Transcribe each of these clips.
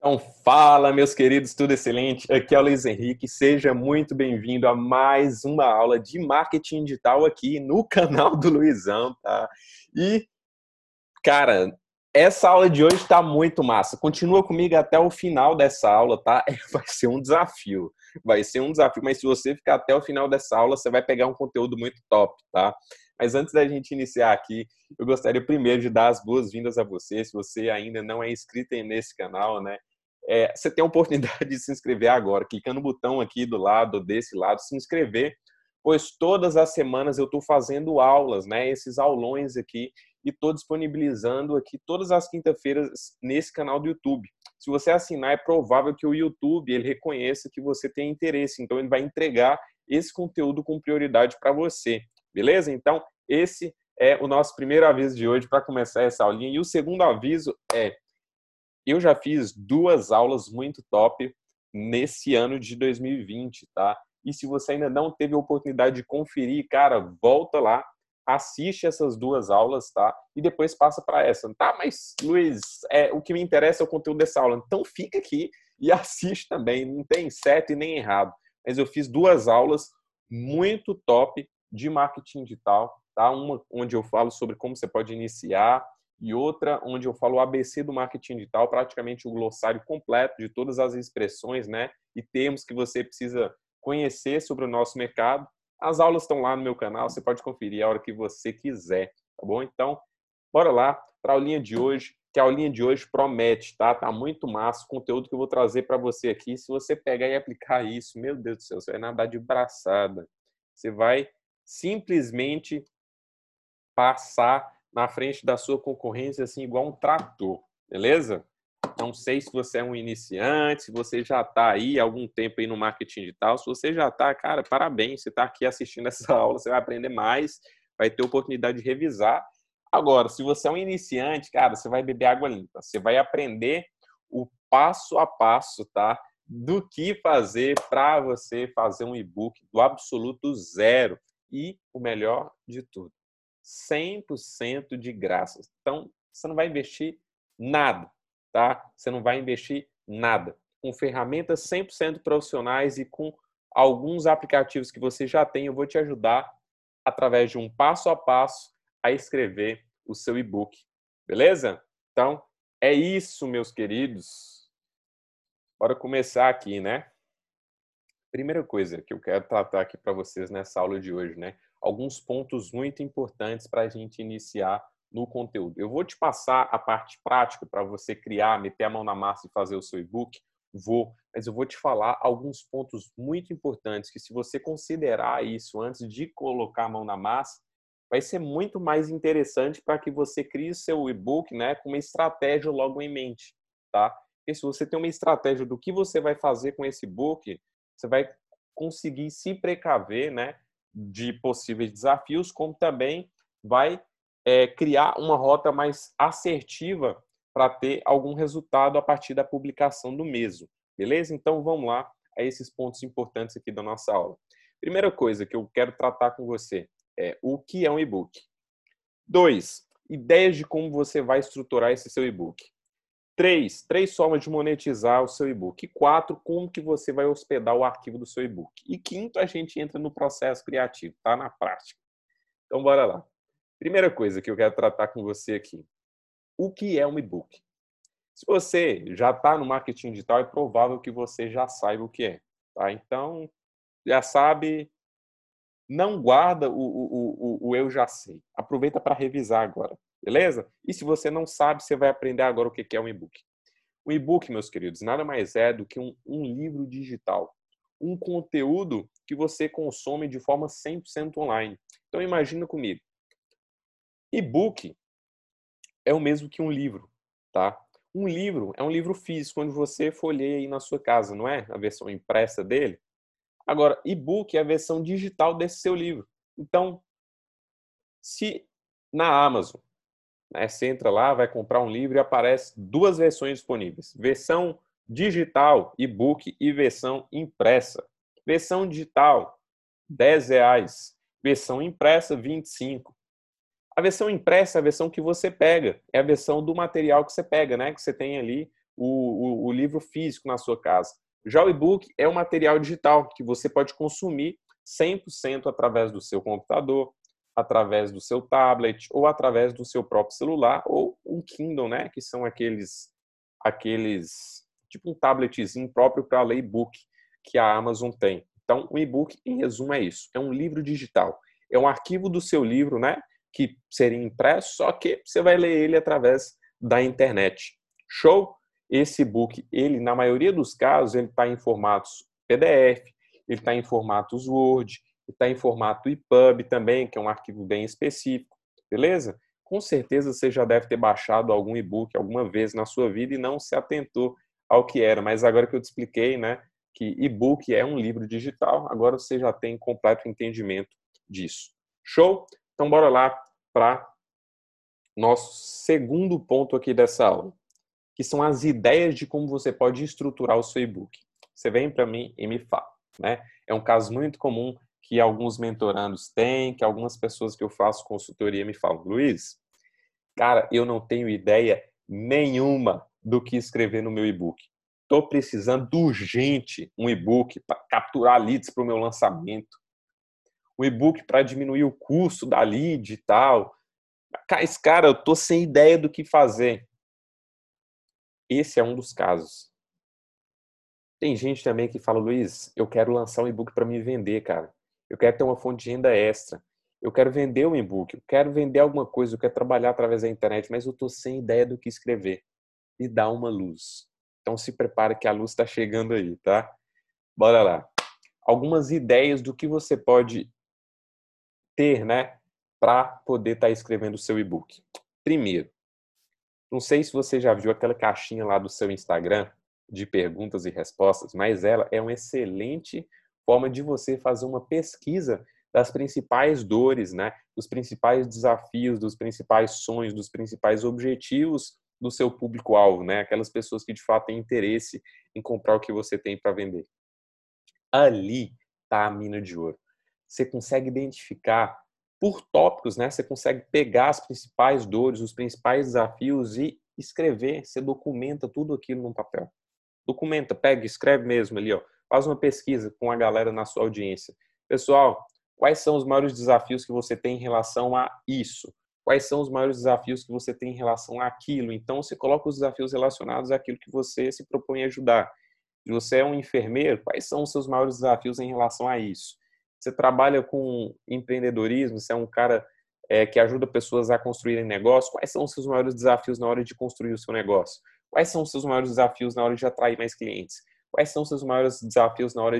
Então, fala, meus queridos, tudo excelente? Aqui é o Luiz Henrique. Seja muito bem-vindo a mais uma aula de marketing digital aqui no canal do Luizão, tá? E, cara, essa aula de hoje está muito massa. Continua comigo até o final dessa aula, tá? Vai ser um desafio. Vai ser um desafio, mas se você ficar até o final dessa aula, você vai pegar um conteúdo muito top, tá? Mas antes da gente iniciar aqui, eu gostaria primeiro de dar as boas-vindas a você. Se você ainda não é inscrito nesse canal, né? Você tem a oportunidade de se inscrever agora, clicando no botão aqui do lado, desse lado, se inscrever, pois todas as semanas eu estou fazendo aulas, né? Esses aulões aqui, e estou disponibilizando aqui todas as quintas-feiras nesse canal do YouTube. Se você assinar, é provável que o YouTube ele reconheça que você tem interesse, então ele vai entregar esse conteúdo com prioridade para você, beleza? Então, esse é o nosso primeiro aviso de hoje para começar essa aulinha. E o segundo aviso é: eu já fiz duas aulas muito top nesse ano de 2020, tá? E se você ainda não teve a oportunidade de conferir, cara, volta lá, assiste essas duas aulas, tá? E depois passa para essa. Tá, mas Luiz, o que me interessa é o conteúdo dessa aula. Então fica aqui e assiste também. Não tem certo e nem errado. Mas eu fiz duas aulas muito top de marketing digital, tá? Uma onde eu falo sobre como você pode iniciar e outra onde eu falo o ABC do marketing digital, praticamente o glossário completo de todas as expressões, né, e termos que você precisa conhecer sobre o nosso mercado. As aulas estão lá no meu canal, você pode conferir a hora que você quiser, tá bom? Então, bora lá para a aulinha de hoje, que a aulinha de hoje promete, tá? Tá muito massa o conteúdo que eu vou trazer para você aqui. Se você pegar e aplicar isso, meu Deus do céu, você vai nadar de braçada. Você vai simplesmente passar na frente da sua concorrência assim igual um trator, beleza? Não sei se você é um iniciante, se você já está aí há algum tempo aí no marketing digital. Se você já está, cara, parabéns, você está aqui assistindo essa aula, você vai aprender mais, vai ter oportunidade de revisar. Agora, se você é um iniciante, cara, você vai beber água limpa, você vai aprender o passo a passo, tá? Do que fazer para você fazer um e-book do absoluto zero. E o melhor de tudo, 100% de graça. Então, você não vai investir nada, tá? Você não vai investir nada. Com ferramentas 100% profissionais e com alguns aplicativos que você já tem, eu vou te ajudar através de um passo a passo a escrever o seu e-book. Beleza? Então, é isso, meus queridos. Bora começar aqui, né? Primeira coisa que eu quero tratar aqui para vocês nessa aula de hoje, né? Alguns pontos muito importantes para a gente iniciar no conteúdo. Eu vou te passar a parte prática para você criar, meter a mão na massa e fazer o seu e-book. Mas eu vou te falar alguns pontos muito importantes que, se você considerar isso antes de colocar a mão na massa, vai ser muito mais interessante para que você crie o seu e-book, né, com uma estratégia logo em mente, tá? Porque se você tem uma estratégia do que você vai fazer com esse e-book, você vai conseguir se precaver, né, de possíveis desafios, como também vai criar uma rota mais assertiva para ter algum resultado a partir da publicação do mesmo. Beleza? Então vamos lá a esses pontos importantes aqui da nossa aula. Primeira coisa que eu quero tratar com você é o que é um e-book. 2, ideias de como você vai estruturar esse seu e-book. Três formas de monetizar o seu e-book. 4, como que você vai hospedar o arquivo do seu e-book. E 5, a gente entra no processo criativo, tá? Na prática. Então, bora lá. Primeira coisa que eu quero tratar com você aqui. O que é um e-book? Se você já está no marketing digital, é provável que você já saiba o que é, tá? Então, já sabe, não guarda o eu já sei. Aproveita para revisar agora, beleza? E se você não sabe, você vai aprender agora o que é um e-book. O e-book, meus queridos, nada mais é do que um livro digital. Um conteúdo que você consome de forma 100% online. Então, imagina comigo. E-book é o mesmo que um livro, tá? Um livro é um livro físico, onde você folheia aí na sua casa, não é? A versão impressa dele. Agora, e-book é a versão digital desse seu livro. Então, se na Amazon, né, você entra lá, vai comprar um livro e aparece duas versões disponíveis. Versão digital, e-book, e versão impressa. Versão digital, R$ 10. Versão impressa, 25. A versão impressa é a versão que você pega. É a versão do material que você pega, né? Que você tem ali o livro físico na sua casa. Já o e-book é um material digital que você pode consumir 100% através do seu computador, através do seu tablet ou através do seu próprio celular ou um Kindle, né, que são aqueles tipo um tabletzinho próprio para ler e-book que a Amazon tem. Então, o e-book, em resumo, é isso. É um livro digital. É um arquivo do seu livro, né, que seria impresso, só que você vai ler ele através da internet. Show? Esse e-book, ele, na maioria dos casos, ele está em formatos PDF, ele está em formatos Word, ele está em formato EPUB também, que é um arquivo bem específico, beleza? Com certeza você já deve ter baixado algum e-book alguma vez na sua vida e não se atentou ao que era, mas agora que eu te expliquei, né, que e-book é um livro digital, agora você já tem completo entendimento disso. Show? Então bora lá para nosso segundo ponto aqui dessa aula, que são as ideias de como você pode estruturar o seu e-book. Você vem para mim e me fala, né? É um caso muito comum que alguns mentorandos têm, que algumas pessoas que eu faço consultoria me falam, Luiz, cara, eu não tenho ideia nenhuma do que escrever no meu e-book. Estou precisando urgente um e-book para capturar leads para o meu lançamento, um e-book para diminuir o custo da lead e tal. Mas, cara, eu estou sem ideia do que fazer. Esse é um dos casos. Tem gente também que fala, Luiz, eu quero lançar um e-book para me vender, cara. Eu quero ter uma fonte de renda extra. Eu quero vender um e-book, eu quero vender alguma coisa, eu quero trabalhar através da internet, mas eu estou sem ideia do que escrever. E dá uma luz. Então se prepare que a luz está chegando aí, tá? Bora lá. Algumas ideias do que você pode ter, né, para poder estar escrevendo o seu e-book. Primeiro, não sei se você já viu aquela caixinha lá do seu Instagram de perguntas e respostas, mas ela é uma excelente forma de você fazer uma pesquisa das principais dores, né? Dos principais desafios, dos principais sonhos, dos principais objetivos do seu público-alvo, né? Aquelas pessoas que de fato têm interesse em comprar o que você tem para vender. Ali está a mina de ouro. Você consegue identificar por tópicos, né? Você consegue pegar as principais dores, os principais desafios e escrever. Você documenta tudo aquilo num papel. Documenta, pega, escreve mesmo ali, ó. Faz uma pesquisa com a galera na sua audiência. Pessoal, quais são os maiores desafios que você tem em relação a isso? Quais são os maiores desafios que você tem em relação àquilo? Então, você coloca os desafios relacionados àquilo que você se propõe a ajudar. Se você é um enfermeiro, quais são os seus maiores desafios em relação a isso? Você trabalha com empreendedorismo, você é um cara que ajuda pessoas a construírem negócio, quais são os seus maiores desafios na hora de construir o seu negócio? Quais são os seus maiores desafios na hora de atrair mais clientes? Quais são os seus maiores desafios na hora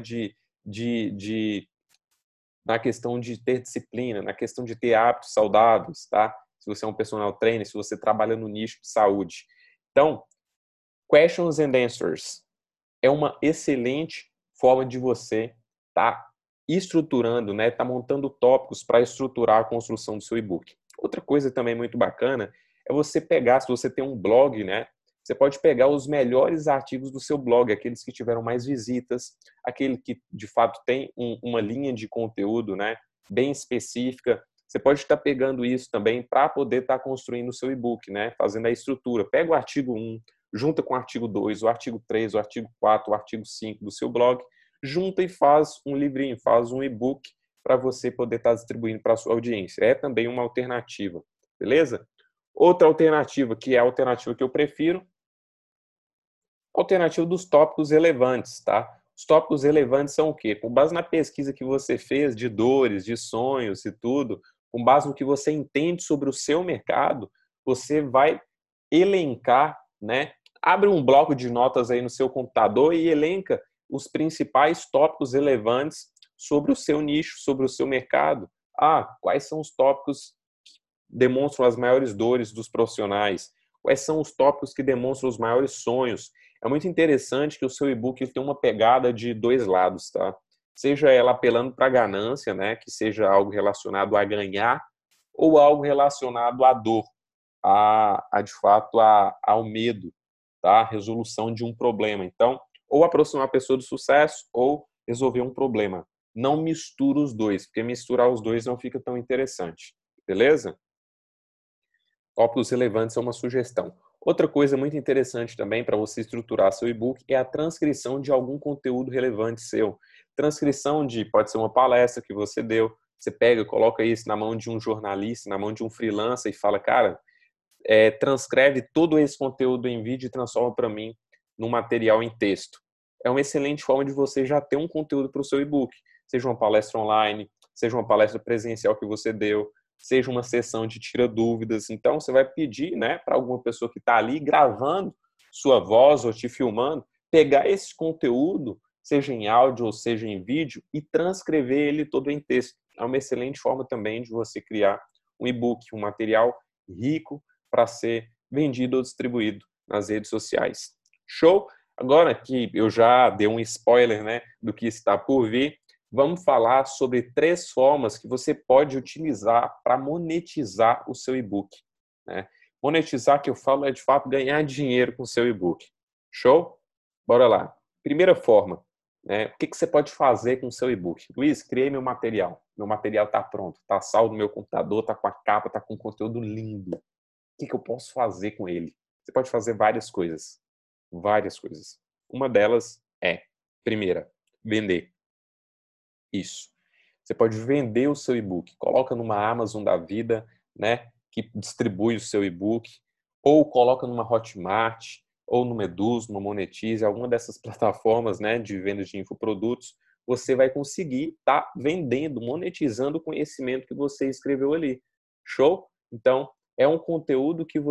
na questão de ter disciplina, na questão de ter hábitos saudáveis, tá? Se você é um personal trainer, se você trabalha no nicho de saúde. Então, questions and answers é uma excelente forma de você estar estruturando, né? Tá montando tópicos para estruturar a construção do seu e-book. Outra coisa também muito bacana é você pegar, se você tem um blog, né? Você pode pegar os melhores artigos do seu blog, aqueles que tiveram mais visitas, aquele que de fato tem uma linha de conteúdo, né, bem específica. Você pode estar pegando isso também para poder estar construindo o seu e-book, né, fazendo a estrutura. Pega o artigo 1, junta com o artigo 2, o artigo 3, o artigo 4, o artigo 5 do seu blog, junta e faz um livrinho, faz um e-book para você poder estar distribuindo para a sua audiência. É também uma alternativa, beleza? Outra alternativa, que é a alternativa que eu prefiro, alternativa dos tópicos relevantes, tá? Os tópicos relevantes são o quê? Com base na pesquisa que você fez de dores, de sonhos e tudo, com base no que você entende sobre o seu mercado, você vai elencar, né? Abre um bloco de notas aí no seu computador e elenca os principais tópicos relevantes sobre o seu nicho, sobre o seu mercado. Ah, quais são os tópicos que demonstram as maiores dores dos profissionais? Quais são os tópicos que demonstram os maiores sonhos? É muito interessante que o seu e-book tem uma pegada de dois lados, tá? Seja ela apelando para a ganância, né? Que seja algo relacionado a ganhar, ou algo relacionado à dor, de fato, ao medo, tá? A resolução de um problema. Então, ou aproximar a pessoa do sucesso, ou resolver um problema. Não mistura os dois, porque misturar os dois não fica tão interessante. Beleza? Tópicos relevantes é uma sugestão. Outra coisa muito interessante também para você estruturar seu e-book é a transcrição de algum conteúdo relevante seu. Transcrição de, pode ser uma palestra que você deu, você pega, coloca isso na mão de um jornalista, na mão de um freelancer e fala, cara, transcreve todo esse conteúdo em vídeo e transforma para mim num material em texto. É uma excelente forma de você já ter um conteúdo para o seu e-book, seja uma palestra online, seja uma palestra presencial que você deu, seja uma sessão de tira dúvidas. Então, você vai pedir, né, para alguma pessoa que está ali gravando sua voz ou te filmando, pegar esse conteúdo, seja em áudio ou seja em vídeo, e transcrever ele todo em texto. É uma excelente forma também de você criar um e-book, um material rico para ser vendido ou distribuído nas redes sociais. Show? Agora que eu já dei um spoiler, né, do que está por vir, vamos falar sobre 3 formas que você pode utilizar para monetizar o seu e-book, né? Monetizar, que eu falo, é de fato ganhar dinheiro com o seu e-book. Show? Bora lá. Primeira forma, né? O que você pode fazer com o seu e-book? Luiz, criei meu material. Meu material está pronto, está salvo no meu computador, está com a capa, está com um conteúdo lindo. O que eu posso fazer com ele? Você pode fazer várias coisas. Várias coisas. Uma delas é, primeira, vender. Isso. Você pode vender o seu e-book. Coloca numa Amazon da vida, né, que distribui o seu e-book, ou coloca numa Hotmart, ou no Meduz, no Monetize, alguma dessas plataformas, né, de venda de infoprodutos. Você vai conseguir estar vendendo, monetizando o conhecimento que você escreveu ali. Show? Então, é um conteúdo que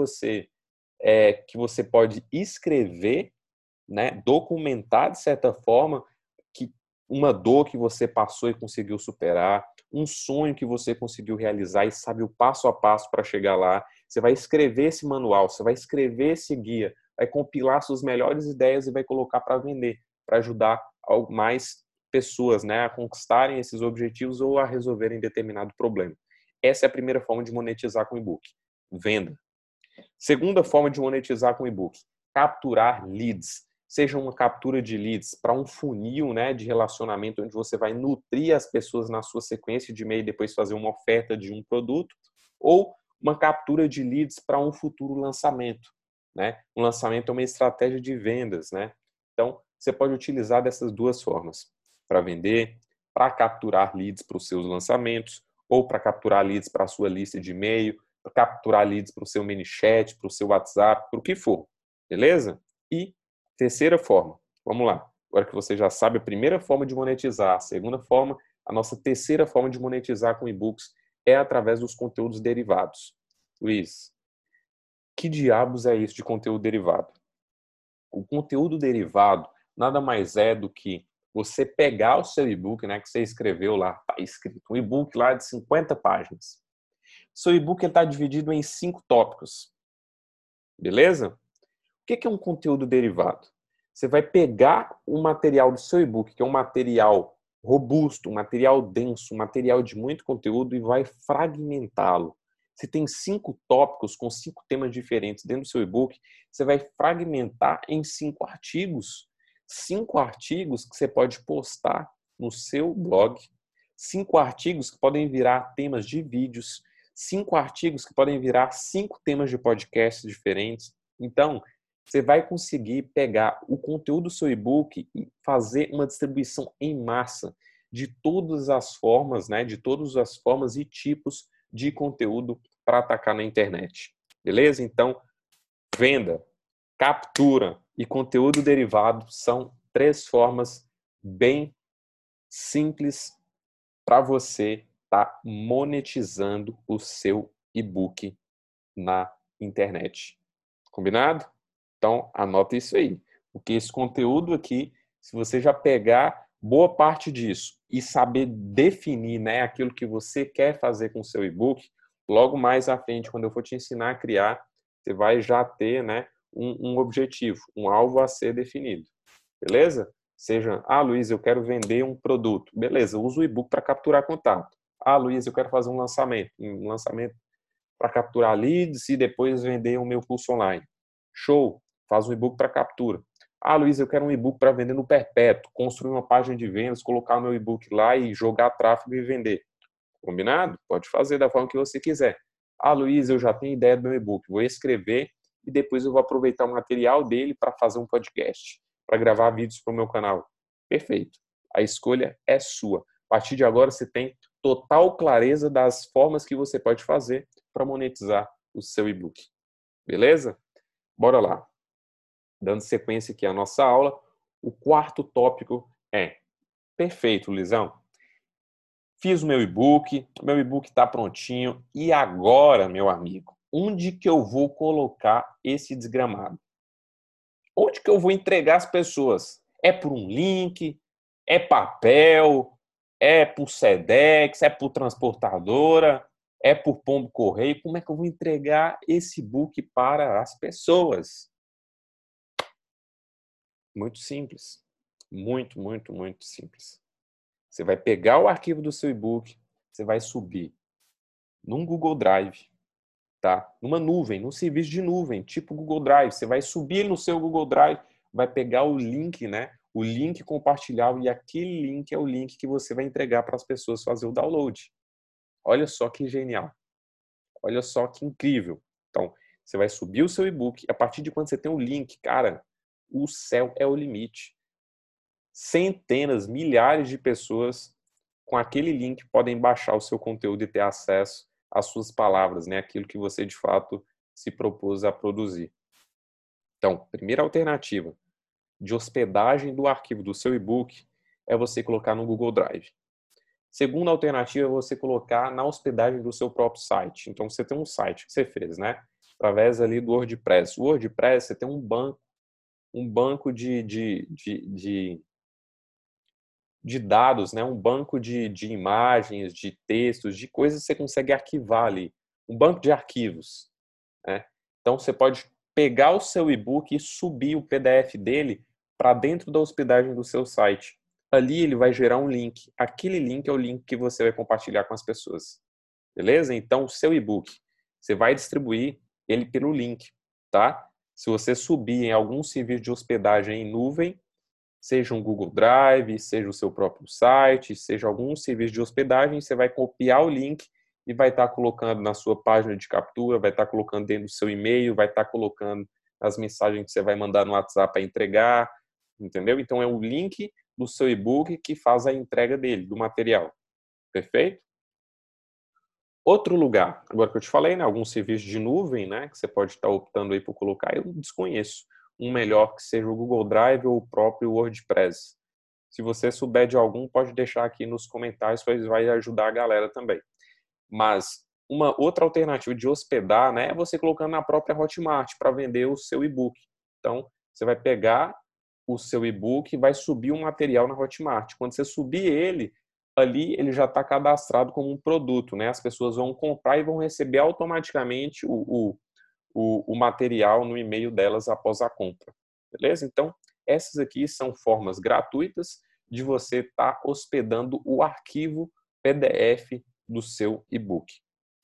você pode escrever, né, documentar de certa forma que uma dor que você passou e conseguiu superar, um sonho que você conseguiu realizar e sabe o passo a passo para chegar lá. Você vai escrever esse manual, você vai escrever esse guia, vai compilar suas melhores ideias e vai colocar para vender, para ajudar mais pessoas, né, a conquistarem esses objetivos ou a resolverem determinado problema. Essa é a primeira forma de monetizar com e-book. Venda. Segunda forma de monetizar com e-book, capturar leads. Seja uma captura de leads para um funil, né, de relacionamento onde você vai nutrir as pessoas na sua sequência de e-mail e depois fazer uma oferta de um produto, ou uma captura de leads para um futuro lançamento, né? Um lançamento é uma estratégia de vendas, né? Então, você pode utilizar dessas duas formas, para vender, para capturar leads para os seus lançamentos, ou para capturar leads para a sua lista de e-mail, para capturar leads para o seu mini chat, para o seu WhatsApp, para o que for, beleza? E terceira forma, vamos lá. Agora que você já sabe a primeira forma de monetizar, a segunda forma, a nossa terceira forma de monetizar com e-books é através dos conteúdos derivados. Luiz, que diabos é isso de conteúdo derivado? O conteúdo derivado nada mais é do que você pegar o seu e-book, né, que você escreveu lá, está escrito, um e-book lá de 50 páginas. Seu e-book está dividido em 5 tópicos, beleza? O que é um conteúdo derivado? Você vai pegar o material do seu e-book, que é um material robusto, um material denso, um material de muito conteúdo e vai fragmentá-lo. Se tem 5 tópicos com 5 temas diferentes dentro do seu e-book, você vai fragmentar em 5 artigos. 5 artigos que você pode postar no seu blog. 5 artigos que podem virar temas de vídeos. 5 artigos que podem virar 5 temas de podcasts diferentes. Então, você vai conseguir pegar o conteúdo do seu e-book e fazer uma distribuição em massa de todas as formas, né, de todas as formas e tipos de conteúdo para atacar na internet. Beleza? Então, venda, captura e conteúdo derivado são 3 formas bem simples para você estar monetizando o seu e-book na internet. Combinado? Então, anota isso aí. Porque esse conteúdo aqui, se você já pegar boa parte disso e saber definir, né, aquilo que você quer fazer com o seu e-book, logo mais à frente, quando eu for te ensinar a criar, você vai já ter, né, um objetivo, um alvo a ser definido. Beleza? Seja, Luiz, eu quero vender um produto. Beleza, usa o e-book para capturar contato. Luiz, eu quero fazer um lançamento para capturar leads e depois vender o meu curso online. Show! Faz um e-book para captura. Luiz, eu quero um e-book para vender no perpétuo, construir uma página de vendas, colocar o meu e-book lá e jogar tráfego e vender. Combinado? Pode fazer da forma que você quiser. Luiz, eu já tenho ideia do meu e-book, vou escrever e depois eu vou aproveitar o material dele para fazer um podcast, para gravar vídeos para o meu canal. Perfeito. A escolha é sua. A partir de agora você tem total clareza das formas que você pode fazer para monetizar o seu e-book. Beleza? Bora lá. Dando sequência aqui à nossa aula, o quarto tópico é: perfeito, Luizão. Fiz o meu e-book está prontinho. E agora, meu amigo, onde que eu vou colocar esse desgramado? Onde que eu vou entregar as pessoas? É por um link? É papel? É por Sedex? É por transportadora? É por pombo correio? Como é que eu vou entregar esse e-book para as pessoas? Muito simples. Muito, muito, muito simples. Você vai pegar o arquivo do seu e-book, você vai subir num Google Drive, tá? Numa nuvem, num serviço de nuvem, tipo Google Drive. Você vai subir no seu Google Drive, vai pegar o link, né? O link compartilhável, e aquele link é o link que você vai entregar para as pessoas fazer o download. Olha só que genial. Olha só que incrível. Então, você vai subir o seu e-book, a partir de quando você tem o link, cara, o céu é o limite. Centenas, milhares de pessoas com aquele link podem baixar o seu conteúdo e ter acesso às suas palavras, né? Aquilo que você de fato se propôs a produzir. Então, primeira alternativa de hospedagem do arquivo do seu e-book é você colocar no Google Drive. Segunda alternativa é você colocar na hospedagem do seu próprio site. Então, você tem um site que você fez, né? Através ali do WordPress. O WordPress, você tem um banco de dados, né? Um banco de imagens, de textos, de coisas que você consegue arquivar ali. Um banco de arquivos, né? Então, você pode pegar o seu e-book e subir o PDF dele para dentro da hospedagem do seu site. Ali ele vai gerar um link. Aquele link é o link que você vai compartilhar com as pessoas. Beleza? Então, o seu e-book, você vai distribuir ele pelo link, tá? Se você subir em algum serviço de hospedagem em nuvem, seja um Google Drive, seja o seu próprio site, seja algum serviço de hospedagem, você vai copiar o link e vai estar colocando na sua página de captura, vai estar colocando dentro do seu e-mail, vai estar colocando as mensagens que você vai mandar no WhatsApp para entregar, entendeu? Então é o link do seu e-book que faz a entrega dele, do material. Perfeito? Outro lugar, agora que eu te falei, né, algum serviço de nuvem, né, que você pode estar optando aí por colocar, eu desconheço um melhor que seja o Google Drive ou o próprio WordPress. Se você souber de algum, pode deixar aqui nos comentários, pois vai ajudar a galera também. Mas uma outra alternativa de hospedar, né, é você colocando na própria Hotmart para vender o seu e-book. Então, você vai pegar o seu e-book e vai subir um material na Hotmart. Quando você subir ele, ali ele já está cadastrado como um produto, né? As pessoas vão comprar e vão receber automaticamente o material no e-mail delas após a compra. Beleza? Então, essas aqui são formas gratuitas de você estar hospedando o arquivo PDF do seu e-book.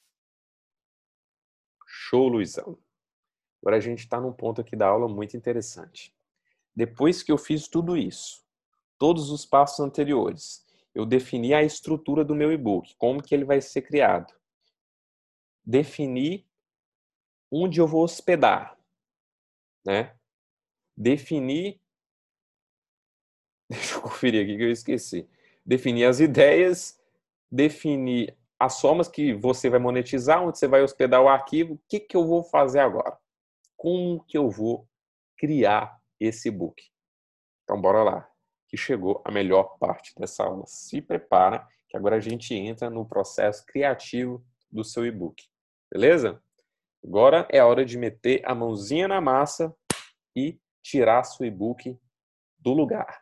Show, Luizão. Agora a gente está num ponto aqui da aula muito interessante. Depois que eu fiz tudo isso, todos os passos anteriores, eu defini a estrutura do meu e-book, como que ele vai ser criado. Defini onde eu vou hospedar, né? Defini, deixa eu conferir aqui que eu esqueci. Definir as ideias, definir as formas que você vai monetizar, onde você vai hospedar o arquivo. O que que eu vou fazer agora? Como que eu vou criar esse e-book? Então, bora lá, que chegou a melhor parte dessa aula. Se prepara, que agora a gente entra no processo criativo do seu e-book. Beleza? Agora é a hora de meter a mãozinha na massa e tirar seu e-book do lugar.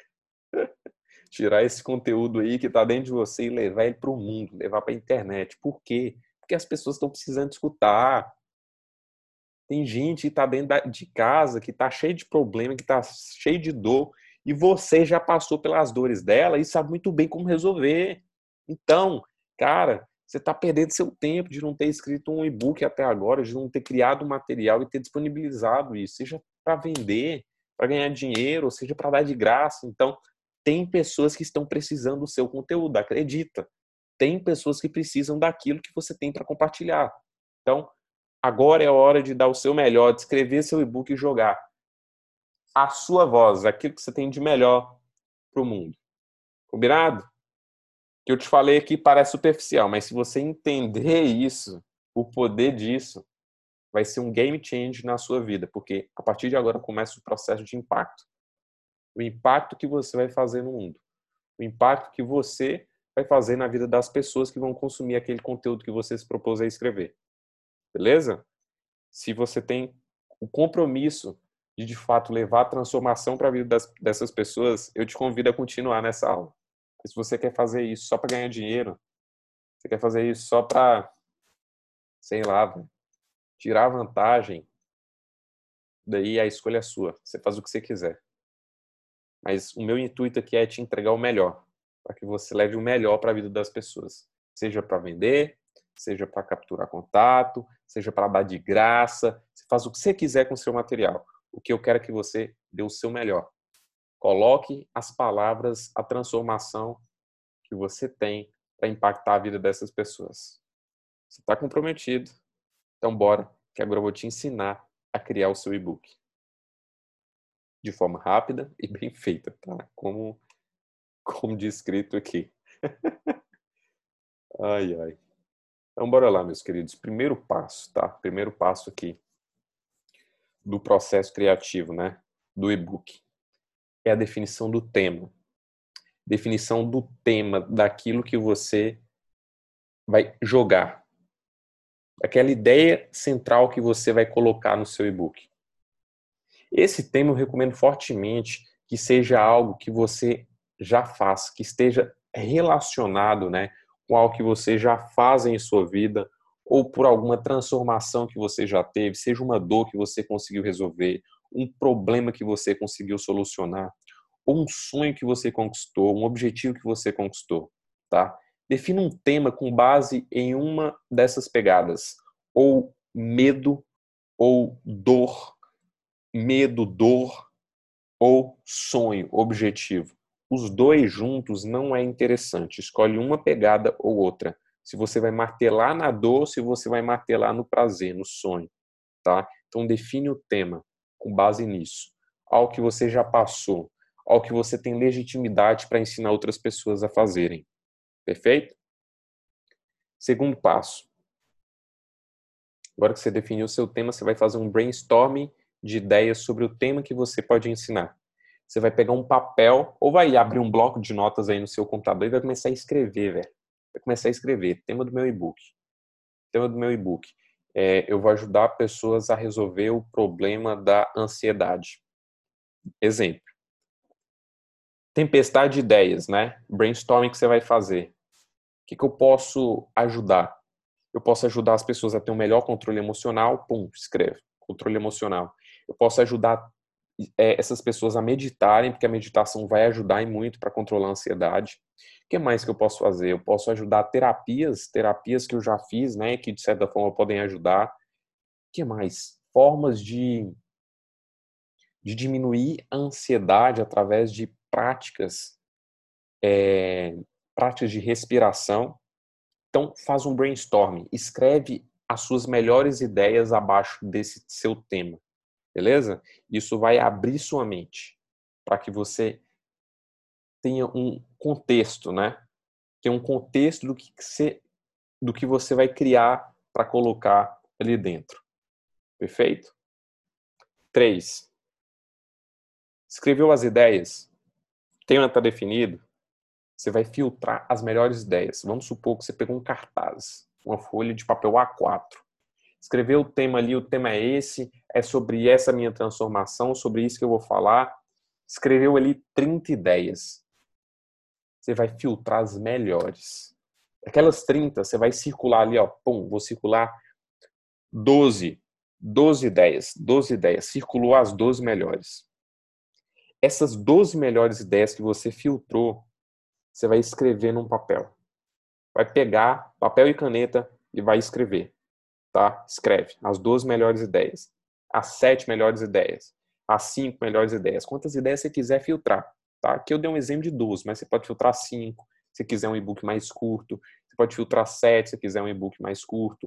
Tirar esse conteúdo aí que está dentro de você e levar ele para o mundo, levar para a internet. Por quê? Porque as pessoas estão precisando escutar. Tem gente que está dentro de casa, que está cheio de problema, que está cheio de dor, e você já passou pelas dores dela e sabe muito bem como resolver. Então, cara, você está perdendo seu tempo de não ter escrito um e-book até agora, de não ter criado um material e ter disponibilizado isso, seja para vender, para ganhar dinheiro, ou seja para dar de graça. Então, tem pessoas que estão precisando do seu conteúdo, acredita. Tem pessoas que precisam daquilo que você tem para compartilhar. Então, Agora é a hora de dar o seu melhor, de escrever seu e-book e jogar. A sua voz, aquilo que você tem de melhor para o mundo. Combinado? O que eu te falei aqui parece superficial, mas se você entender isso, o poder disso, vai ser um game change na sua vida, porque a partir de agora começa o processo de impacto. O impacto que você vai fazer no mundo. O impacto que você vai fazer na vida das pessoas que vão consumir aquele conteúdo que você se propôs a escrever. Beleza? Se você tem o compromisso de fato, levar a transformação para a vida dessas pessoas, eu te convido a continuar nessa aula. E se você quer fazer isso só para ganhar dinheiro, você quer fazer isso só para, sei lá, tirar vantagem, daí a escolha é sua. Você faz o que você quiser. Mas o meu intuito aqui é te entregar o melhor, para que você leve o melhor para a vida das pessoas. Seja para vender, seja para capturar contato, seja para dar de graça. Você faz o que você quiser com o seu material. O que eu quero é que você dê o seu melhor. Coloque as palavras, a transformação que você tem para impactar a vida dessas pessoas. Você está comprometido? Então bora, que agora eu vou te ensinar a criar o seu e-book. De forma rápida e bem feita, tá? Como descrito aqui. Ai, ai. Então bora lá, meus queridos. Primeiro passo, tá? Primeiro passo aqui do processo criativo, né? Do e-book. É a definição do tema. Definição do tema daquilo que você vai jogar. Aquela ideia central que você vai colocar no seu e-book. Esse tema eu recomendo fortemente que seja algo que você já faz, que esteja relacionado, né, com algo que você já faz em sua vida ou por alguma transformação que você já teve, seja uma dor que você conseguiu resolver, um problema que você conseguiu solucionar, ou um sonho que você conquistou, um objetivo que você conquistou, tá? Defina um tema com base em uma dessas pegadas, ou medo, ou dor, medo, dor, ou sonho, objetivo. Os dois juntos não é interessante. Escolhe uma pegada ou outra. Se você vai martelar na dor, se você vai martelar no prazer, no sonho, tá? Então define o tema com base nisso. Algo que você já passou, algo que você tem legitimidade para ensinar outras pessoas a fazerem. Perfeito? Segundo passo. Agora que você definiu o seu tema, você vai fazer um brainstorming de ideias sobre o tema que você pode ensinar. Você vai pegar um papel ou vai abrir um bloco de notas aí no seu computador e vai começar a escrever, velho. Vai começar a escrever. Tema do meu e-book. Tema do meu e-book. Eu vou ajudar pessoas a resolver o problema da ansiedade. Exemplo. Tempestade de ideias, né? Brainstorming que você vai fazer. O que eu posso ajudar? Eu posso ajudar as pessoas a ter um melhor controle emocional. Pum, escreve. Controle emocional. Eu posso ajudar essas pessoas a meditarem, porque a meditação vai ajudar e muito para controlar a ansiedade. O que mais que eu posso fazer? Eu posso ajudar terapias que eu já fiz, né, que de certa forma podem ajudar. O que mais? Formas de diminuir a ansiedade através de práticas de respiração. Então, faz um brainstorming, escreve as suas melhores ideias abaixo desse seu tema. Beleza? Isso vai abrir sua mente para que você tenha um contexto, né? Tem um contexto do que você vai criar para colocar ali dentro. Perfeito? 3. Escreveu as ideias? Tema está definido? Você vai filtrar as melhores ideias. Vamos supor que você pegou um cartaz, uma folha de papel A4. Escreveu o tema ali, o tema é esse, é sobre essa minha transformação, sobre isso que eu vou falar. Escreveu ali 30 ideias. Você vai filtrar as melhores. Aquelas 30, você vai circular ali, ó, pum, vou circular 12 ideias, 12 ideias. Circulou as 12 melhores. Essas 12 melhores ideias que você filtrou, você vai escrever num papel. Vai pegar papel e caneta e vai escrever, tá? Escreve as 12 melhores ideias, as 7 melhores ideias, as 5 melhores ideias. Quantas ideias você quiser filtrar, tá? Aqui eu dei um exemplo de 12, mas você pode filtrar 5, se quiser um e-book mais curto. Você pode filtrar 7, se quiser um e-book mais curto.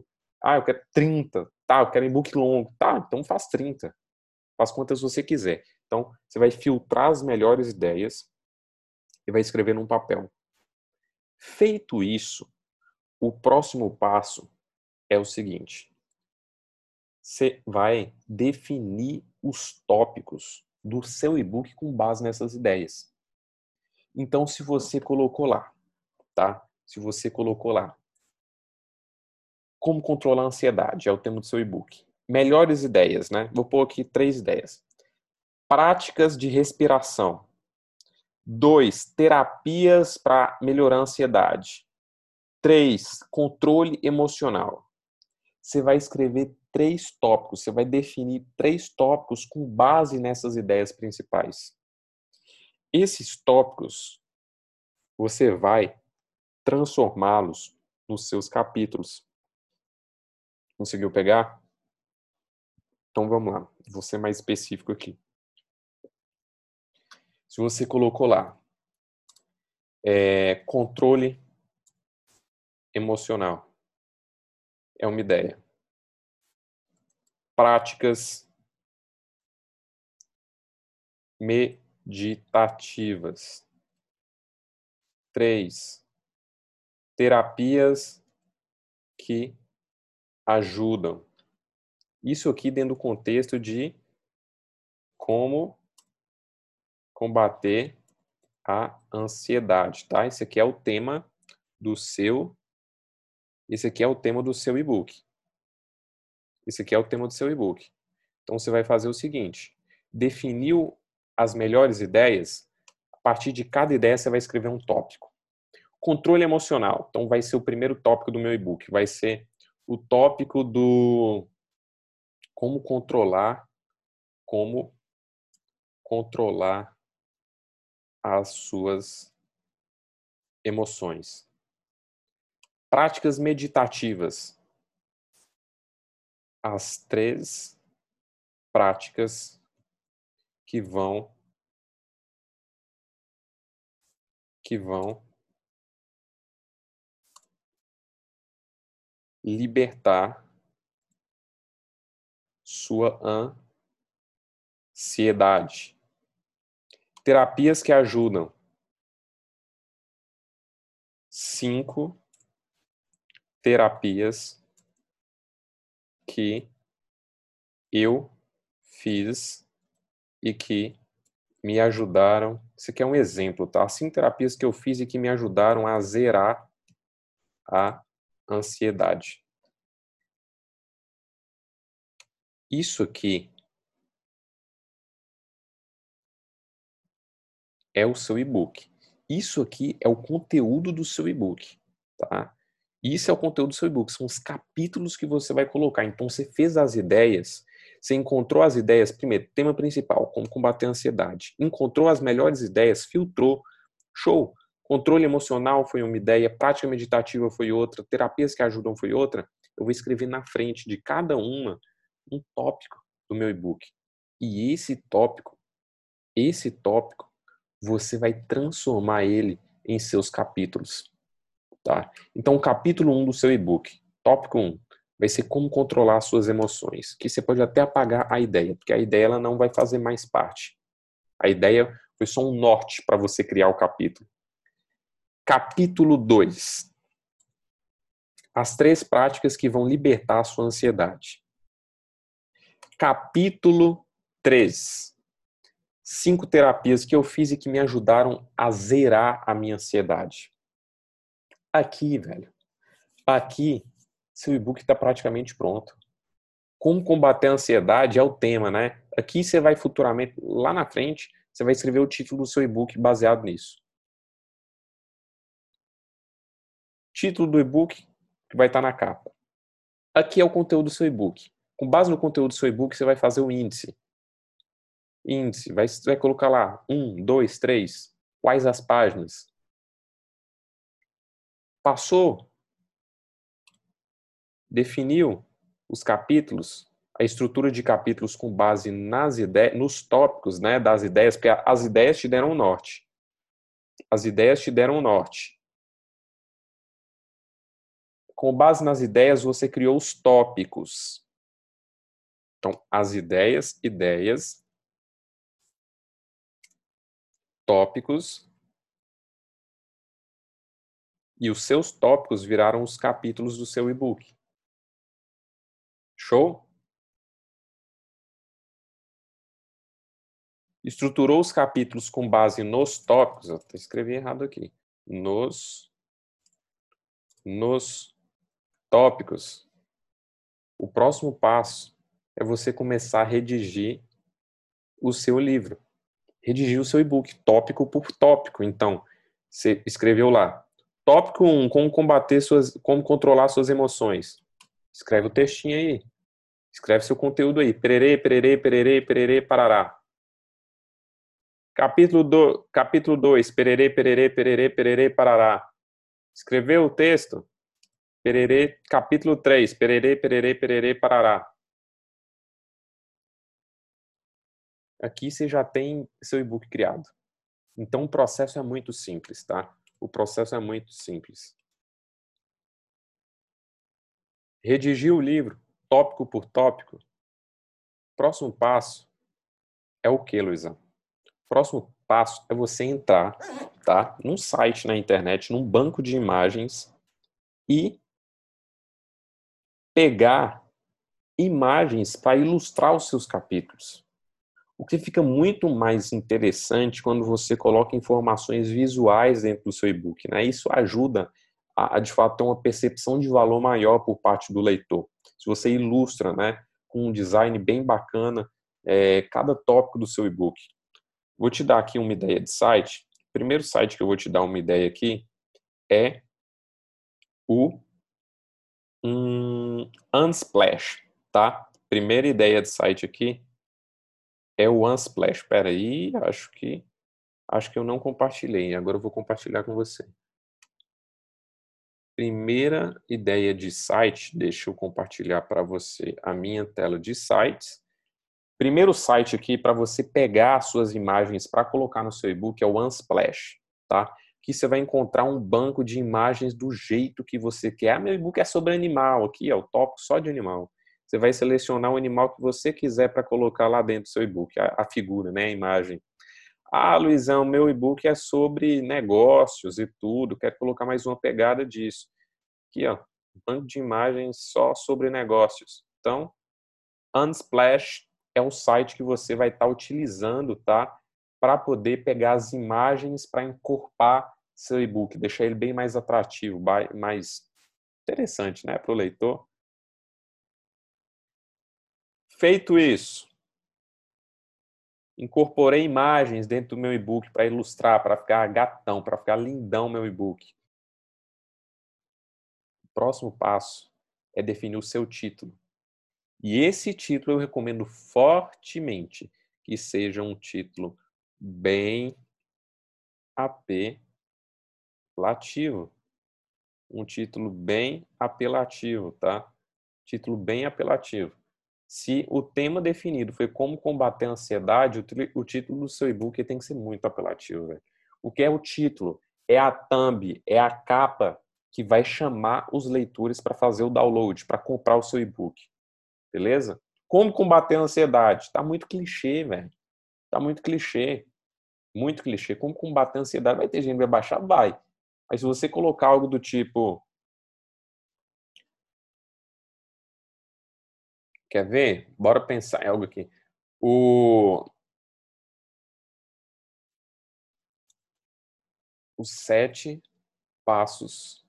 Ah, eu quero 30. Tá, eu quero e-book longo. Tá, então faz 30. Faz quantas você quiser. Então, você vai filtrar as melhores ideias e vai escrever num papel. Feito isso, o próximo passo é o seguinte. Você vai definir os tópicos do seu e-book com base nessas ideias. Então, se você colocou lá, tá? Se você colocou lá, como controlar a ansiedade, é o tema do seu e-book. Melhores ideias, né? Vou pôr aqui 3 ideias. Práticas de respiração. 2, terapias para melhorar a ansiedade. 3, controle emocional. Você vai escrever 3 tópicos, você vai definir 3 tópicos com base nessas ideias principais. Esses tópicos, você vai transformá-los nos seus capítulos. Conseguiu pegar? Então vamos lá, vou ser mais específico aqui. Se você colocou lá, controle emocional, é uma ideia. Práticas meditativas. 3, terapias que ajudam. Isso aqui dentro do contexto de como combater a ansiedade, tá? Esse aqui é o tema do seu, esse aqui é o tema do seu e-book. Esse aqui é o tema do seu e-book. Então você vai fazer o seguinte: definiu as melhores ideias, a partir de cada ideia você vai escrever um tópico. Controle emocional. Então vai ser o primeiro tópico do meu e-book, vai ser o tópico do como controlar as suas emoções. Práticas meditativas. As 3 práticas que vão libertar sua ansiedade. Terapias que ajudam. 5 terapias que eu fiz e que me ajudaram. Isso aqui é um exemplo, tá? 5 terapias que eu fiz e que me ajudaram a zerar a ansiedade. Isso aqui é o seu e-book. Isso aqui é o conteúdo do seu e-book, tá? Isso é o conteúdo do seu e-book, são os capítulos que você vai colocar. Então, você fez as ideias, você encontrou as ideias, primeiro, tema principal, como combater a ansiedade. Encontrou as melhores ideias, filtrou, show. Controle emocional foi uma ideia, prática meditativa foi outra, terapias que ajudam foi outra. Eu vou escrever na frente de cada uma um tópico do meu e-book. E esse tópico, você vai transformar ele em seus capítulos, tá? Então, o capítulo 1 do seu e-book, tópico 1, vai ser como controlar as suas emoções, que você pode até apagar a ideia, porque a ideia ela não vai fazer mais parte. A ideia foi só um norte para você criar o capítulo. Capítulo 2. As 3 práticas que vão libertar a sua ansiedade. Capítulo 3. 5 terapias que eu fiz e que me ajudaram a zerar a minha ansiedade. Aqui, velho. Aqui, seu e-book está praticamente pronto. Como combater a ansiedade é o tema, né? Aqui você vai futuramente, lá na frente, você vai escrever o título do seu e-book baseado nisso. Título do e-book que vai estar na capa. Aqui é o conteúdo do seu e-book. Com base no conteúdo do seu e-book, você vai fazer o índice. Índice, vai colocar lá 1, 2, 3. Quais as páginas? Passou? Definiu os capítulos? A estrutura de capítulos com base nas ideias, nos tópicos, né, das ideias, porque as ideias te deram o norte. As ideias te deram o norte. Com base nas ideias, você criou os tópicos. Então, as ideias, tópicos, e os seus tópicos viraram os capítulos do seu e-book. Show? Estruturou os capítulos com base nos tópicos. Eu até escrevi errado aqui. Nos tópicos. O próximo passo é você começar a redigir o seu livro. Redigir o seu e-book, tópico por tópico. Então, você escreveu lá. Tópico 1, como controlar suas emoções. Escreve o textinho aí. Escreve seu conteúdo aí. Pererê, pererê, pererê, pererê, parará. Capítulo 2, pererê, pererê, pererê, pererê, parará. Escreveu o texto? Pererê, capítulo 3, pererê, pererê, pererê, parará. Aqui você já tem seu e-book criado. Então o processo é muito simples, tá? O processo é muito simples. Redigir o livro, tópico por tópico. Próximo passo é o quê, Luizão? Próximo passo é você entrar, tá? Num site na internet, num banco de imagens e pegar imagens para ilustrar os seus capítulos. O que fica muito mais interessante quando você coloca informações visuais dentro do seu e-book, né? Isso ajuda de fato, ter uma percepção de valor maior por parte do leitor. Se você ilustra, né, com um design bem bacana, cada tópico do seu e-book. Vou te dar aqui uma ideia de site. O primeiro site que eu vou te dar uma ideia aqui é o Unsplash, tá? Primeira ideia de site aqui é o Unsplash. Espera aí, acho que eu não compartilhei. Agora eu vou compartilhar com você. Primeira ideia de site, deixa eu compartilhar para você a minha tela de sites. Primeiro site aqui para você pegar as suas imagens para colocar no seu e-book é o Unsplash, tá? Que você vai encontrar um banco de imagens do jeito que você quer. Meu e-book é sobre animal, aqui é o tópico só de animal. Você vai selecionar o animal que você quiser para colocar lá dentro do seu e-book, a figura, né, a imagem. Ah, Luizão, meu e-book é sobre negócios e tudo, quero colocar mais uma pegada disso. Aqui, ó, banco de imagens só sobre negócios. Então, Unsplash é um site que você vai estar utilizando, tá? Para poder pegar as imagens para encorpar seu e-book, deixar ele bem mais atrativo, mais interessante, né, para o leitor. Feito isso, incorporei imagens dentro do meu e-book para ilustrar, para ficar gatão, para ficar lindão meu e-book. O próximo passo é definir o seu título. E esse título eu recomendo fortemente que seja um título bem apelativo. Um título bem apelativo, tá? Título bem apelativo. Se o tema definido foi como combater a ansiedade, o título do seu e-book tem que ser muito apelativo, velho. O que é o título? É a thumb, é a capa que vai chamar os leitores para fazer o download, para comprar o seu e-book. Beleza? Como combater a ansiedade? Tá muito clichê, velho. Tá muito clichê. Muito clichê. Como combater a ansiedade? Vai ter gente que vai baixar? Vai. Mas se você colocar algo do tipo... Quer ver? Bora pensar em algo aqui. Os 7 passos.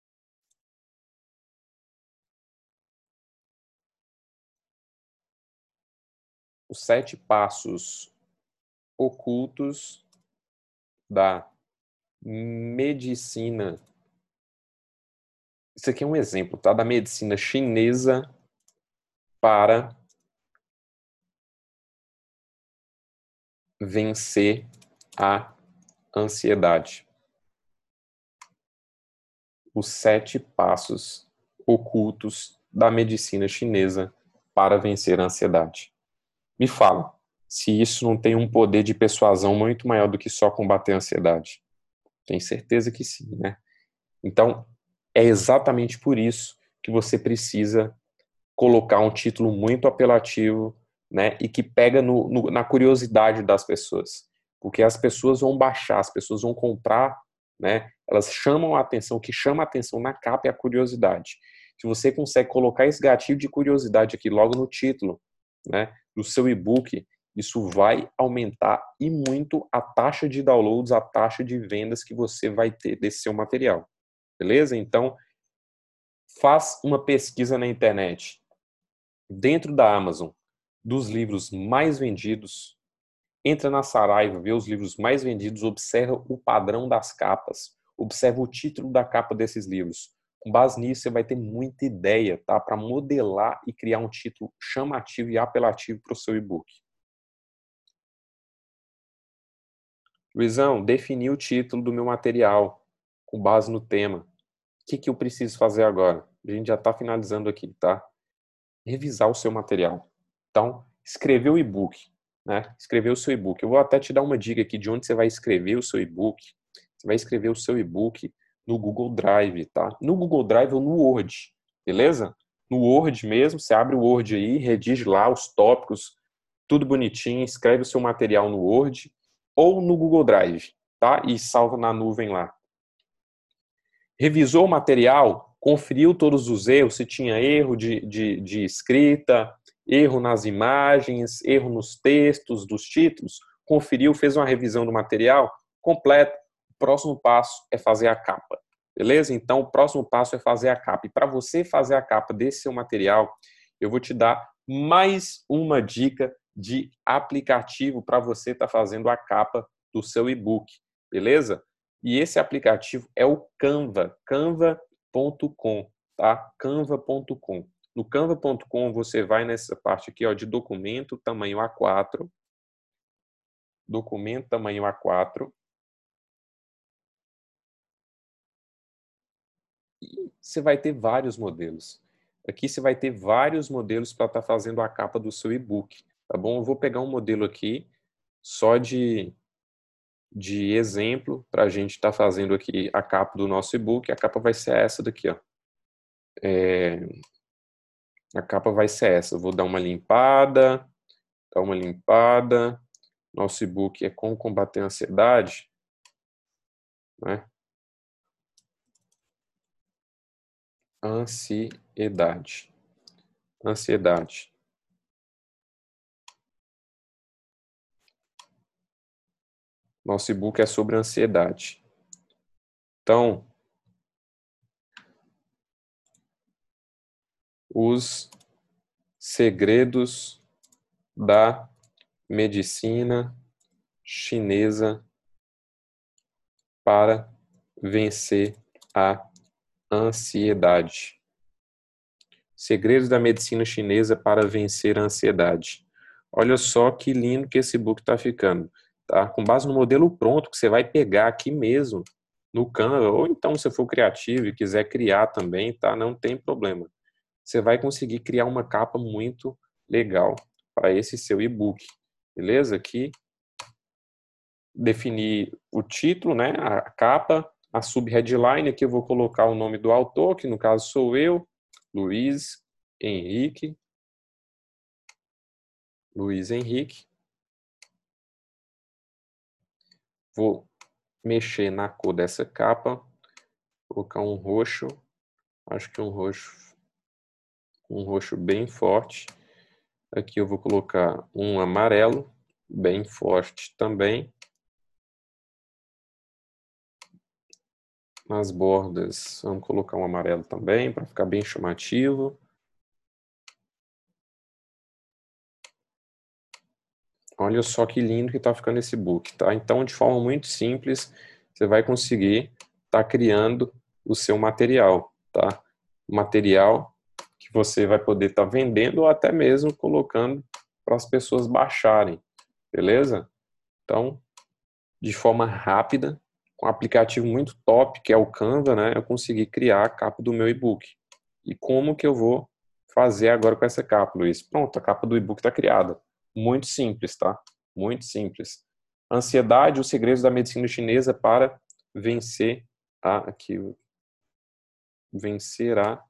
Os 7 passos ocultos da medicina. Isso aqui é um exemplo, tá? Da medicina chinesa para vencer a ansiedade. Os 7 passos ocultos da medicina chinesa para vencer a ansiedade. Me fala, se isso não tem um poder de persuasão muito maior do que só combater a ansiedade. Tenho certeza que sim, né? Então, É exatamente por isso que você precisa colocar um título muito apelativo, né, e que pega na curiosidade das pessoas. Porque as pessoas vão baixar, as pessoas vão comprar, né, elas chamam a atenção, o que chama a atenção na capa é a curiosidade. Se você consegue colocar esse gatilho de curiosidade aqui logo no título, né, do seu e-book, isso vai aumentar e muito a taxa de downloads, a taxa de vendas que você vai ter desse seu material. Beleza? Então, faz uma pesquisa na internet, dentro da Amazon, dos livros mais vendidos, entra na Saraiva, vê os livros mais vendidos, observa o padrão das capas, observa o título da capa desses livros. Com base nisso, você vai ter muita ideia, tá? Para modelar e criar um título chamativo e apelativo para o seu e-book. Luizão, defini o título do meu material com base no tema. O que eu preciso fazer agora? A gente já está finalizando aqui, tá? Revisar o seu material. Então, escrever o e-book, né? Escrever o seu e-book. Eu vou até te dar uma dica aqui de onde você vai escrever o seu e-book. Você vai escrever o seu e-book no Google Drive, tá? No Google Drive ou no Word, beleza? No Word mesmo, você abre o Word aí, redige lá os tópicos, tudo bonitinho, escreve o seu material no Word ou no Google Drive, tá? E salva na nuvem lá. Revisou o material, conferiu todos os erros, se tinha erro de escrita, erro nas imagens, erro nos textos, dos títulos, conferiu, fez uma revisão do material completo. O próximo passo é fazer a capa, beleza? Então, o próximo passo é fazer a capa. E para você fazer a capa desse seu material, eu vou te dar mais uma dica de aplicativo para você estar fazendo a capa do seu e-book, beleza? E esse aplicativo é o Canva, canva.com, tá? Canva.com. No canva.com você vai nessa parte aqui, ó, de documento tamanho A4, documento tamanho A4, e você vai ter vários modelos. Aqui você vai ter vários modelos para estar fazendo a capa do seu e-book, tá bom? Eu vou pegar um modelo aqui só de exemplo para a gente estar fazendo aqui a capa do nosso e-book. A capa vai ser essa daqui, ó. A capa vai ser essa. Eu vou dar uma limpada, dar uma limpada. Nosso e-book é como combater a ansiedade, né? Ansiedade. Ansiedade. Nosso e-book é sobre ansiedade. Então, os segredos da medicina chinesa para vencer a ansiedade. Segredos da medicina chinesa para vencer a ansiedade. Olha só que lindo que esse book está ficando, tá? Com base no modelo pronto que você vai pegar aqui mesmo no Canva, ou então se for criativo e quiser criar também, tá? Não tem problema. Você vai conseguir criar uma capa muito legal para esse seu e-book, beleza? Aqui definir o título, né? A capa, a subheadline, aqui eu vou colocar o nome do autor, que no caso sou eu, Luiz Henrique. Luiz Henrique. Vou mexer na cor dessa capa, colocar um roxo, acho que um roxo bem forte. Aqui eu vou colocar um amarelo, bem forte também. Nas bordas, vamos colocar um amarelo também, para ficar bem chamativo. Olha só que lindo que está ficando esse book, tá? Então, de forma muito simples, você vai conseguir estar criando o seu material, tá? Material que você vai poder estar vendendo ou até mesmo colocando para as pessoas baixarem, beleza? Então, de forma rápida, com um aplicativo muito top, que é o Canva, né? Eu consegui criar a capa do meu e-book. E como que eu vou fazer agora com essa capa, Luiz? Pronto, a capa do e-book está criada. Muito simples, tá? Muito simples. Ansiedade, os segredos da medicina chinesa para vencer aqui. vencer a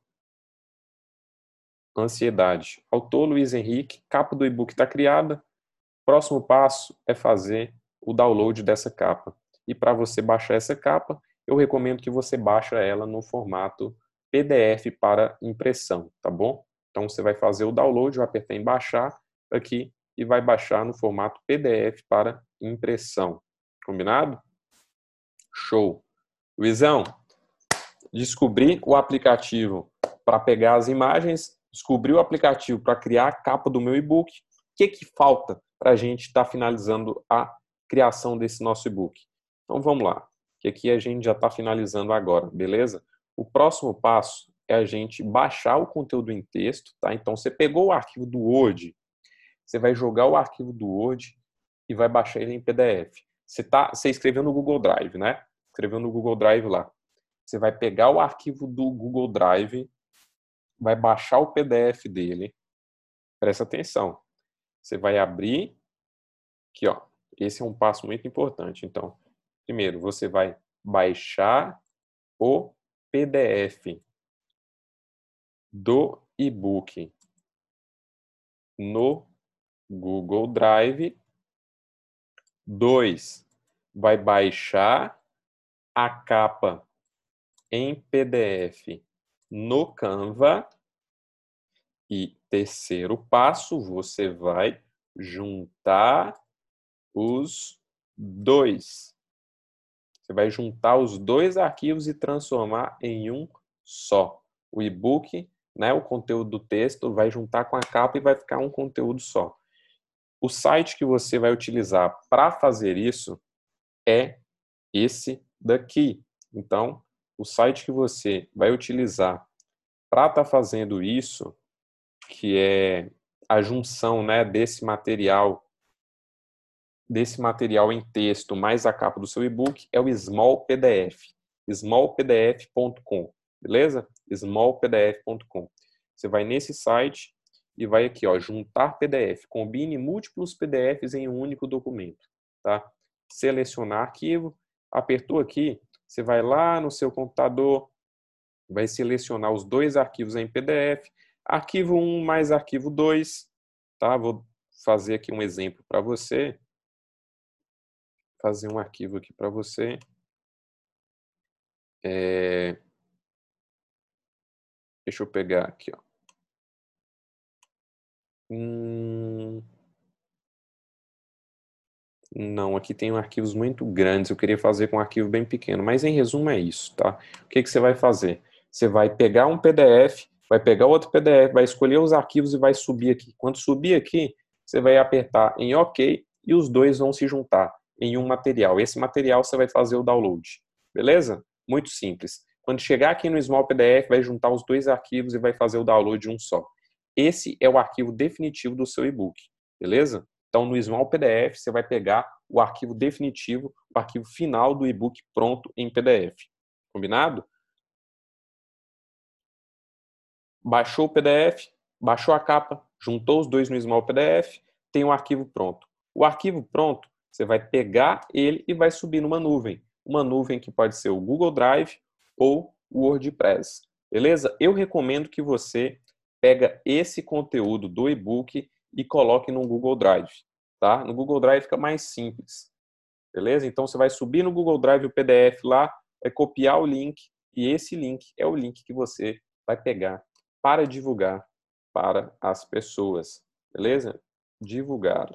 ansiedade. Autor Luiz Henrique, capa do e-book está criada. Próximo passo é fazer o download dessa capa. E para você baixar essa capa, eu recomendo que você baixe ela no formato PDF para impressão, tá bom? Então você vai fazer o download, vai apertar em baixar aqui e vai baixar no formato PDF para impressão. Combinado? Show! Luizão, descobri o aplicativo para pegar as imagens, descobri o aplicativo para criar a capa do meu e-book. O que falta para a gente estar finalizando a criação desse nosso e-book? Então vamos lá, que aqui a gente já está finalizando agora, beleza? O próximo passo é a gente baixar o conteúdo em texto, tá? Então você pegou o arquivo do Word, você vai jogar o arquivo do Word e vai baixar ele em PDF. Você escreveu no Google Drive, né? Escreveu no Google Drive lá. Você vai pegar o arquivo do Google Drive, vai baixar o PDF dele. Presta atenção. Você vai abrir aqui, ó. Esse é um passo muito importante. Então, primeiro, você vai baixar o PDF do e-book no Google Drive. 2, vai baixar a capa em PDF no Canva. E terceiro passo, você vai juntar os dois. Você vai juntar os dois arquivos e transformar em um só. O e-book, né, o conteúdo do texto, vai juntar com a capa e vai ficar um conteúdo só. O site que você vai utilizar para fazer isso é esse daqui. Então, o site que você vai utilizar para estar fazendo isso, que é a junção, né, desse material em texto mais a capa do seu e-book, é o Small PDF, smallpdf.com, beleza? smallpdf.com. Você vai nesse site e vai aqui, ó, juntar PDF, combine múltiplos PDFs em um único documento, tá? Selecionar arquivo, apertou aqui, você vai lá no seu computador, vai selecionar os dois arquivos em PDF, arquivo 1 mais arquivo 2, tá? Vou fazer aqui um exemplo para você. Fazer um arquivo aqui para você. Deixa eu pegar aqui, ó. Não, aqui tem arquivos muito grandes. Eu queria fazer com um arquivo bem pequeno, mas em resumo é isso, tá? O que você vai fazer? Você vai pegar um PDF, vai pegar outro PDF, vai escolher os arquivos e vai subir aqui. Quando subir aqui, você vai apertar em OK e os dois vão se juntar em um material. Esse material você vai fazer o download, beleza? Muito simples. Quando chegar aqui no Small PDF, vai juntar os dois arquivos e vai fazer o download de um só. Esse é o arquivo definitivo do seu e-book, beleza? Então, no Small PDF, você vai pegar o arquivo definitivo, o arquivo final do e-book pronto em PDF. Combinado? Baixou o PDF, baixou a capa, juntou os dois no Small PDF, tem um arquivo pronto. O arquivo pronto, você vai pegar ele e vai subir numa nuvem. Uma nuvem que pode ser o Google Drive ou o WordPress. Beleza? Eu recomendo que você pega esse conteúdo do e-book e coloque no Google Drive, tá? No Google Drive fica mais simples, beleza? Então você vai subir no Google Drive o PDF lá, vai copiar o link e esse link é o link que você vai pegar para divulgar para as pessoas, beleza? Divulgar.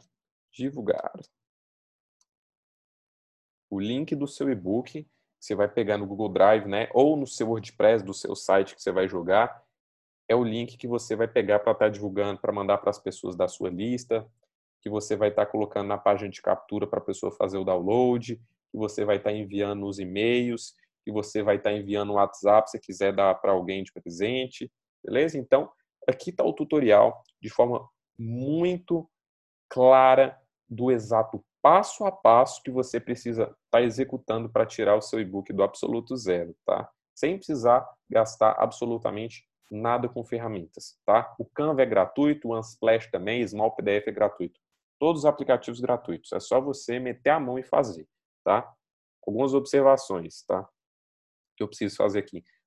O link do seu e-book você vai pegar no Google Drive, né? Ou no seu WordPress do seu site que você vai jogar, é o link que você vai pegar para estar divulgando, para mandar para as pessoas da sua lista, que você vai estar colocando na página de captura para a pessoa fazer o download, que você vai estar enviando nos e-mails, que você vai estar enviando no WhatsApp se quiser dar para alguém de presente, beleza? Então, aqui está o tutorial de forma muito clara do exato passo a passo que você precisa estar executando para tirar o seu e-book do absoluto zero, tá? Sem precisar gastar absolutamente nada com ferramentas, tá? O Canva é gratuito, o Unsplash também, Small PDF é gratuito. Todos os aplicativos gratuitos. É só você meter a mão e fazer, tá? Algumas observações, tá? Que eu preciso fazer aqui.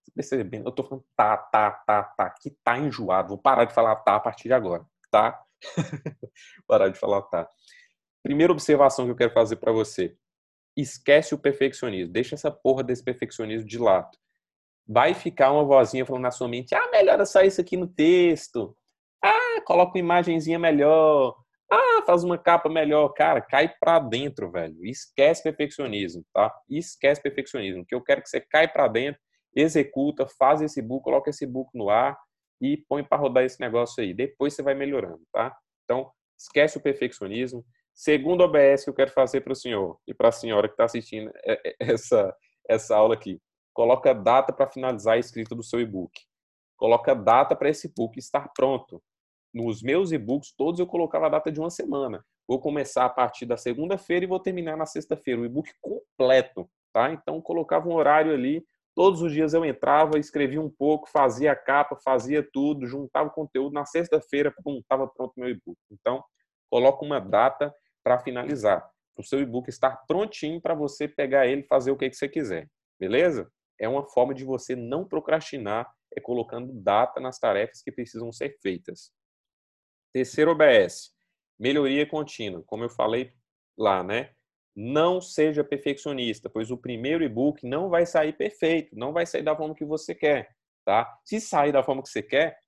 Percebendo? Eu tô falando tá, que tá enjoado. Vou parar de falar tá a partir de agora, tá? Parar de falar tá. Primeira observação que eu quero fazer para você. Esquece o perfeccionismo. Deixa essa porra desse perfeccionismo de lado. Vai ficar uma vozinha falando na sua mente: ah, melhora só isso aqui no texto. Ah, coloca uma imagenzinha melhor. Ah, faz uma capa melhor. Cara, cai pra dentro, velho. Esquece perfeccionismo, tá? Esquece perfeccionismo. Que eu quero que você caia pra dentro, executa, faz esse book, coloca esse book no ar e põe para rodar esse negócio aí. Depois você vai melhorando, tá? Então, esquece o perfeccionismo. Segundo OBS que eu quero fazer para o senhor e para a senhora que está assistindo essa aula aqui. Coloca data para finalizar a escrita do seu e-book. Coloca data para esse e-book estar pronto. Nos meus e-books, todos eu colocava a data de uma semana. Vou começar a partir da segunda-feira e vou terminar na sexta-feira. O e-book completo, tá? Então, colocava um horário ali. Todos os dias eu entrava, escrevia um pouco, fazia a capa, fazia tudo, juntava o conteúdo. Na sexta-feira, estava pronto o meu e-book. Então, coloca uma data para finalizar. O seu e-book estar prontinho para você pegar ele e fazer o que você quiser. Beleza? É uma forma de você não procrastinar, é colocando data nas tarefas que precisam ser feitas. Terceiro OBS, melhoria contínua. Como eu falei lá, né? Não seja perfeccionista, pois o primeiro e-book não vai sair perfeito, não vai sair da forma que você quer, tá? Se sair da forma que você quer,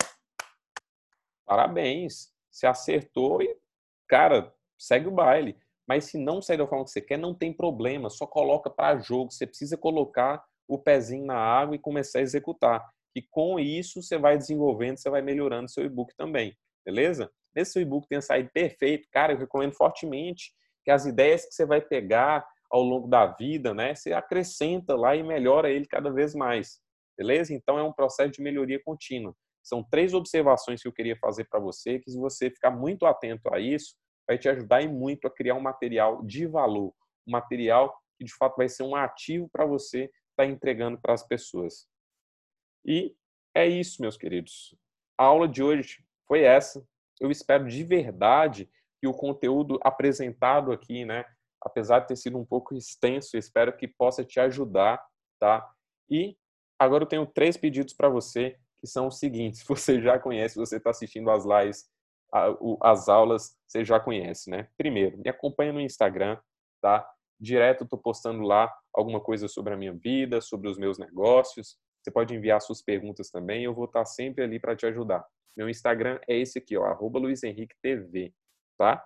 parabéns, você acertou e, cara, segue o baile. Mas se não sair da forma que você quer, não tem problema, só coloca para jogo. Você precisa colocar o pezinho na água e começar a executar. E com isso você vai desenvolvendo, você vai melhorando seu e-book também, beleza? Nesse seu e-book tenha saído perfeito, cara, eu recomendo fortemente que as ideias que você vai pegar ao longo da vida, né, você acrescenta lá e melhora ele cada vez mais, beleza? Então é um processo de melhoria contínua. São 3 observações que eu queria fazer para você, que se você ficar muito atento a isso, vai te ajudar e muito a criar um material de valor, um material que de fato vai ser um ativo para você estar entregando para as pessoas. E é isso, meus queridos. A aula de hoje foi essa. Eu espero de verdade que o conteúdo apresentado aqui, né, apesar de ter sido um pouco extenso, espero que possa te ajudar, tá? E agora eu tenho 3 pedidos para você, que são os seguintes. Você já conhece, você está assistindo as lives, as aulas, você já conhece, né? Primeiro, me acompanha no Instagram, tá? Direto eu estou postando lá alguma coisa sobre a minha vida, sobre os meus negócios. Você pode enviar suas perguntas também, eu vou estar sempre ali para te ajudar. Meu Instagram é esse aqui, ó, @luizenriquetv, tá?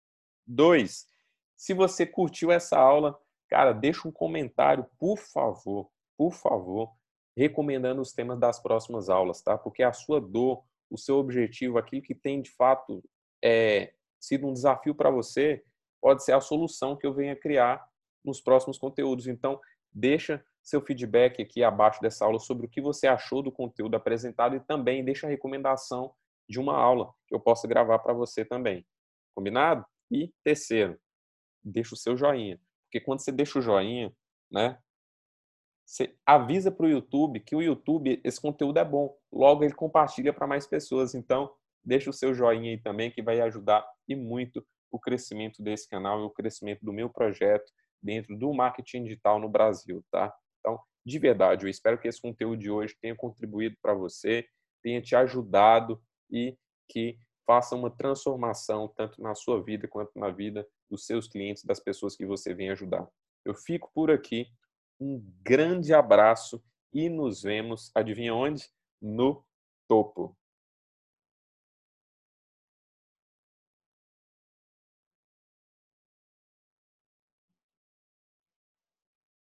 2, se você curtiu essa aula, cara, deixa um comentário, por favor, recomendando os temas das próximas aulas, tá? Porque a sua dor, o seu objetivo, aquilo que tem de fato sido um desafio para você, pode ser a solução que eu venha criar nos próximos conteúdos. Então, deixa seu feedback aqui abaixo dessa aula sobre o que você achou do conteúdo apresentado e também deixa a recomendação de uma aula que eu possa gravar para você também. Combinado? E terceiro, deixa o seu joinha, porque quando você deixa o joinha, né, você avisa para o YouTube que o YouTube, esse conteúdo é bom, logo ele compartilha para mais pessoas. Então, deixa o seu joinha aí também, que vai ajudar e muito o crescimento desse canal e o crescimento do meu projeto dentro do marketing digital no Brasil, tá? Então, de verdade, eu espero que esse conteúdo de hoje tenha contribuído para você, tenha te ajudado e que faça uma transformação tanto na sua vida quanto na vida dos seus clientes, das pessoas que você vem ajudar. Eu fico por aqui. Um grande abraço e nos vemos, adivinha onde? No topo.